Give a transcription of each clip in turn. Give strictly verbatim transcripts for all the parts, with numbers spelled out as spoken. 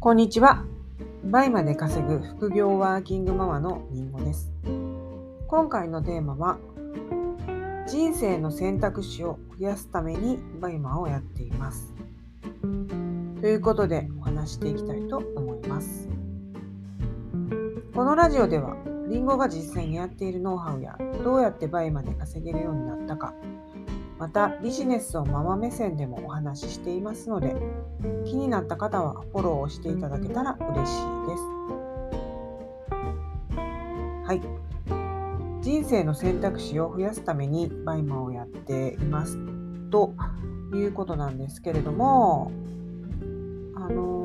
こんにちは。倍まで稼ぐ副業ワーキングママのりんごです。今回のテーマは、人生の選択肢を増やすためにバイマをやっています。ということでお話していきたいと思います。このラジオでは、りんごが実際にやっているノウハウやどうやって倍まで稼げるようになったか、またビジネスをママ目線でもお話ししていますので、気になった方はフォローをしていただけたら嬉しいです。はい。人生の選択肢を増やすためにバイマをやっていますということなんですけれども、あの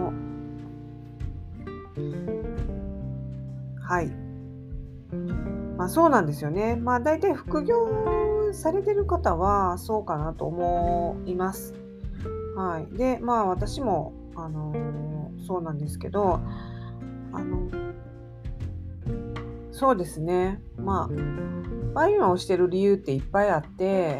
ー、はい。まあそうなんですよね。まあ大体副業されてる方はそうかなと思います。はい。で、まあ私も、あのーそうなんですけど、あの、そうですね。まあ、バイマをしてる理由っていっぱいあって、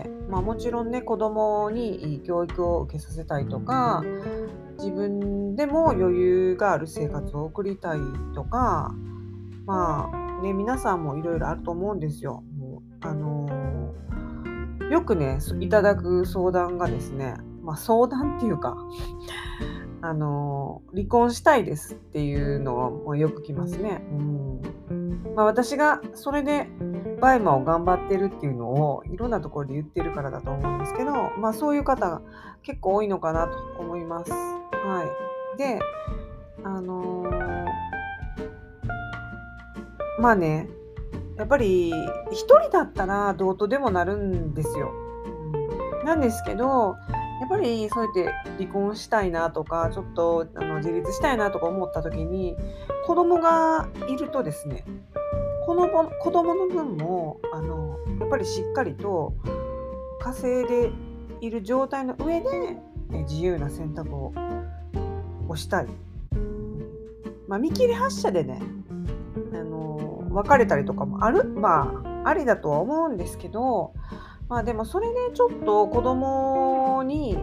まあもちろんね、子供に教育を受けさせたいとか、自分でも余裕がある生活を送りたいとか、まあね、皆さんもいろいろあると思うんですよ。もうあのーよくね、いただく相談がですね、まあ相談っていうか、あの離婚したいですっていうのはもうよく来ますね。うんまあ、私がそれでバイマを頑張ってるっていうのをいろんなところで言ってるからだと思うんですけど、まあ、そういう方が結構多いのかなと思います。はい、で、あのーまあね、やっぱり一人だったらどうとでもなるんですよ。うん、なんですけど、やっぱりそうやって離婚したいなとか、ちょっとあの自立したいなとか思った時に、子供がいるとですね、この子子供の分もあのやっぱりしっかりと稼いでいる状態の上でえ自由な選択ををしたい。まあ、見切り発車でね、あの別れたりとかもある、まあありだとは思うんですけど、まあでもそれでちょっと子供に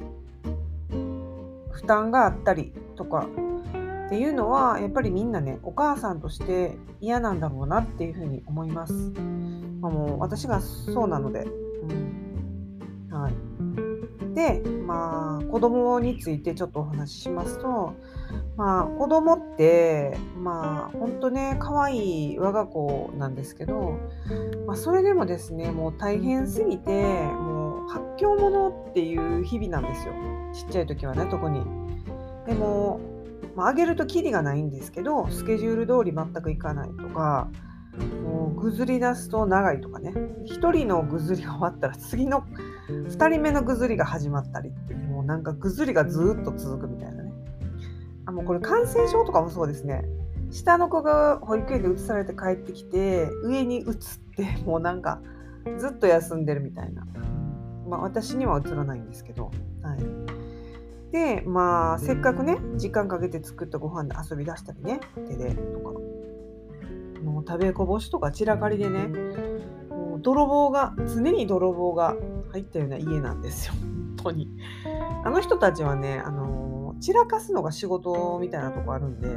負担があったりとかっていうのはやっぱりみんなね、お母さんとして嫌なんだろうなっていうふうに思います。まあ、もう私がそうなので、うんはい、で、まあ子供についてちょっとお話ししますと、まあ子供ってまあ本当ね可愛い我が子なんですけど、まあ、それでもですね、もう大変すぎてもう発狂者っていう日々なんですよ。ちっちゃい時はね特に。でもまあ、上げるとキリがないんですけど、スケジュール通り全くいかないとか、もうぐずり出すと長いとかね、ひとりのぐずりが終わったら次のふたりめのぐずりが始まったりっていう、もうなんかぐずりがずっと続くみたいなね。あ、もうこれ感染症とかもそうですね。下の子が保育園で移されて帰ってきて、上に移ってもうなんかずっと休んでるみたいな。まあ私には移らないんですけど、はい。で、まあ、せっかくね、時間かけて作ったご飯で遊び出したりね、手でとか、もう食べこぼしとか散らかりでね、もう泥棒が、常に泥棒が入ったような家なんですよ、本当に。あの人たちはね、あの散らかすのが仕事みたいなとこあるんで、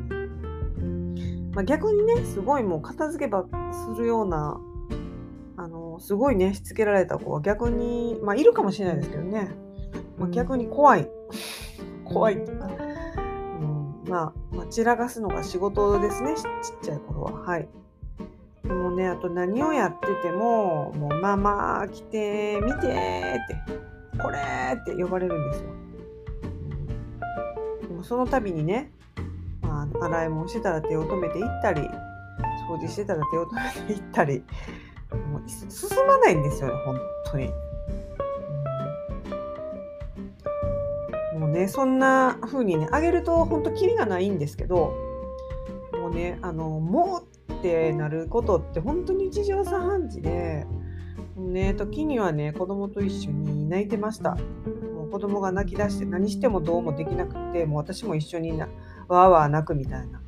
まあ、逆にね、すごいもう片付けばするような、あのすごいね、しつけられた子は逆に、まあ、いるかもしれないですけどね、まあ、逆に怖い。怖いっていうか、うん、まあ、まあ、散らかすのが仕事ですね、ちっちゃい頃は。はい。でもね、あと何をやってても、もうママ来て、見てって、これって呼ばれるんですよ。うん、でもその度にね、まあ、洗い物してたら手を止めていったり、掃除してたら手を止めていったり、もう進まないんですよね、本当に。もうね、そんな風にね、あげると本当キリがないんですけど、もうね、あの、もうってなることって本当に日常茶飯事で、もうね、時にはね、子供と一緒に泣いてました。もう子供が泣き出して何してもどうもできなくって、もう私も一緒になわーわー泣くみたいな。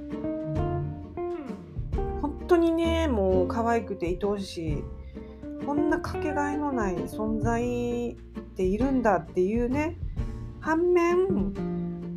本当にね、もう可愛くて愛おしい、こんなかけがえのない存在っているんだっていうね、反面、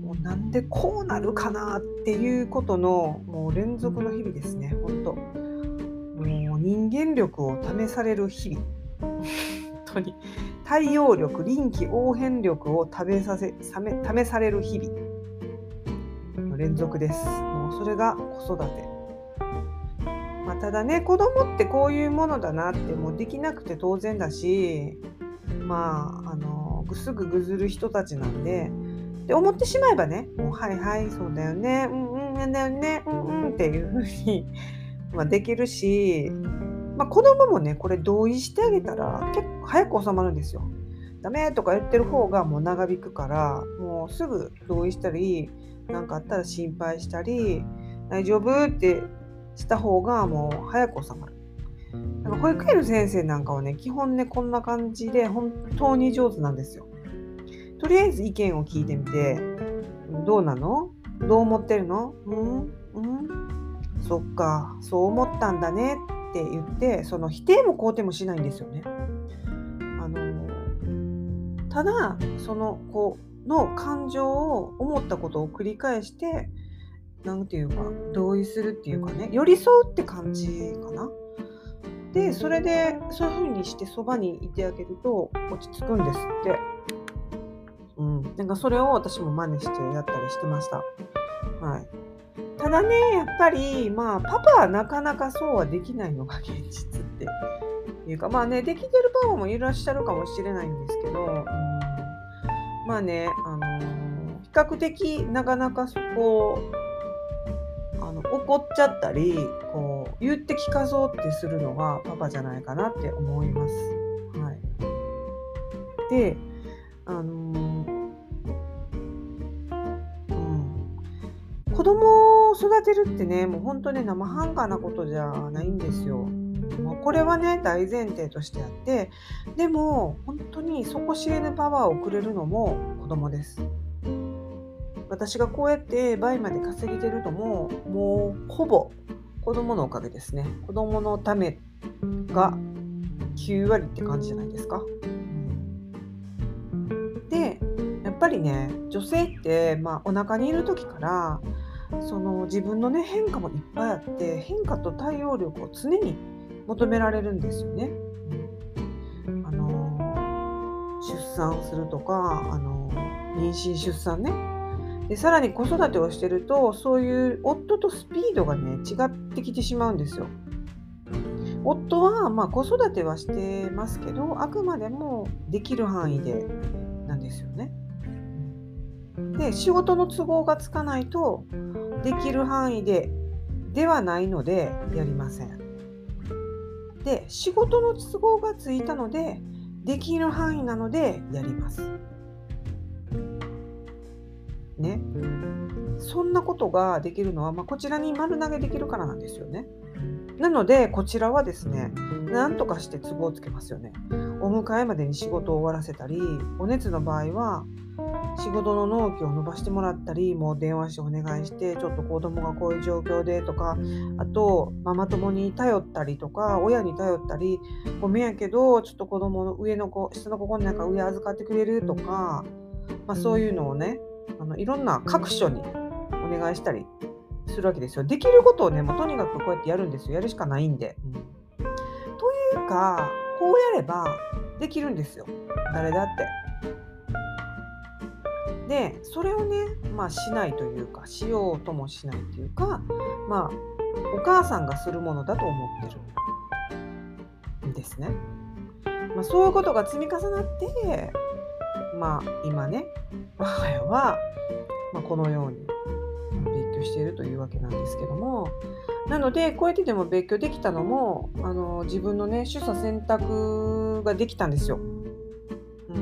もうなんでこうなるかなっていうことのもう連続の日々ですね。本当もう人間力を試される日々本当に対応力、臨機応変力を試させ試される日々の連続です。もうそれが子育て。まあ、ただね、子供ってこういうものだなってもうできなくて当然だし、まああのぐすぐぐずる人たちなんで、で思ってしまえばね、もうはいはいそうだよね、うんうんなんだよね、うんうんっていう風にまあできるし、まあ、子供もねこれ同意してあげたら結構早く収まるんですよ。ダメとか言ってる方がもう長引くから、もうすぐ同意したり、何かあったら心配したり、大丈夫ってした方がもう早く収まる。なんか保育園の先生なんかはね、基本ねこんな感じで本当に上手なんですよ。とりあえず意見を聞いてみて、どうなの？どう思ってるの？うんうんそっか、そう思ったんだねって言って、その否定も肯定もしないんですよね。あのただその子の感情を思ったことを繰り返して、なんていうか同意するっていうかね、寄り添うって感じかな。でそれでそういう風にしてそばにいてあげると落ち着くんですって。うん、なんかそれを私も真似してやったりしてました。はい。ただね、やっぱりまあパパはなかなかそうはできないのが現実っていうか、まあね、できてるパパもいらっしゃるかもしれないんですけど、うん、まあね、あのー比較的なかなかそこあの怒っちゃったり、こう言って聞かそうってするのがパパじゃないかなって思います。はい。で、あのー子供を育てるってね、もう本当に生半可なことじゃないんですよ。もうこれはね、大前提としてあって、でも本当に底知れぬパワーをくれるのも子供です。私がこうやって倍まで稼げてるのも、もうほぼ子供のおかげですね。子供のためがきゅう割って感じじゃないですか。で、やっぱりね、女性って、まあ、お腹にいる時からその自分のね変化もいっぱいあって、変化と対応力を常に求められるんですよね。あの出産するとか、あの妊娠出産ね。でさらに子育てをしてると、そういう夫とスピードがね違ってきてしまうんですよ。夫はまあ子育てはしてますけど、あくまでもできる範囲でなんですよね。で仕事の都合がつかないと、できる範囲でではないのでやりません。で仕事の都合がついたので、できる範囲なのでやりますね。そんなことができるのは、まあ、こちらに丸投げできるからなんですよね。なのでこちらはですね、なんとかして都合をつけますよね。お迎えまでに仕事を終わらせたり、お熱の場合は仕事の納期を伸ばしてもらったり、もう電話してお願いして、ちょっと子供がこういう状況でとか、あとママ友に頼ったりとか、親に頼ったり、ごめんやけどちょっと子供の上の子、下の子こんなんか上預かってくれるとか、まあ、そういうのをね、あのいろんな各所にお願いしたりするわけですよ。できることをね、もうとにかくこうやってやるんですよ。やるしかないんで。うん、というか、こうやればできるんですよ。誰だって。で、それをね、まあしないというか、しようともしないというか、まあ、お母さんがするものだと思ってるんですね。まあ、そういうことが積み重なって、まあ今ね、我が家は、まあ、このように別居しているというわけなんですけども、なのでこうやってでも別居できたのも、あの自分のね取捨選択ができたんですよ。うん、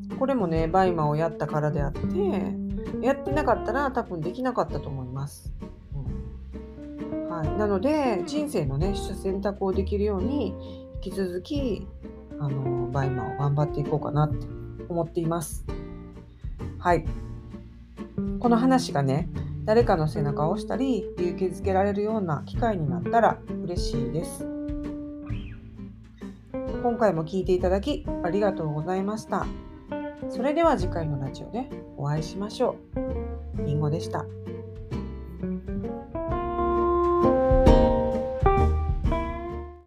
これもねバイマをやったからであって、やってなかったら多分できなかったと思います。うんはい、なので人生のね取捨選択をできるように引き続きあのバイマを頑張っていこうかなって思っています。はい。この話がね、誰かの背中を押したり勇気づけられるような機会になったら嬉しいです。今回も聞いていただきありがとうございました。 それでは次回のラジオでお会いしましょう。りんごでした。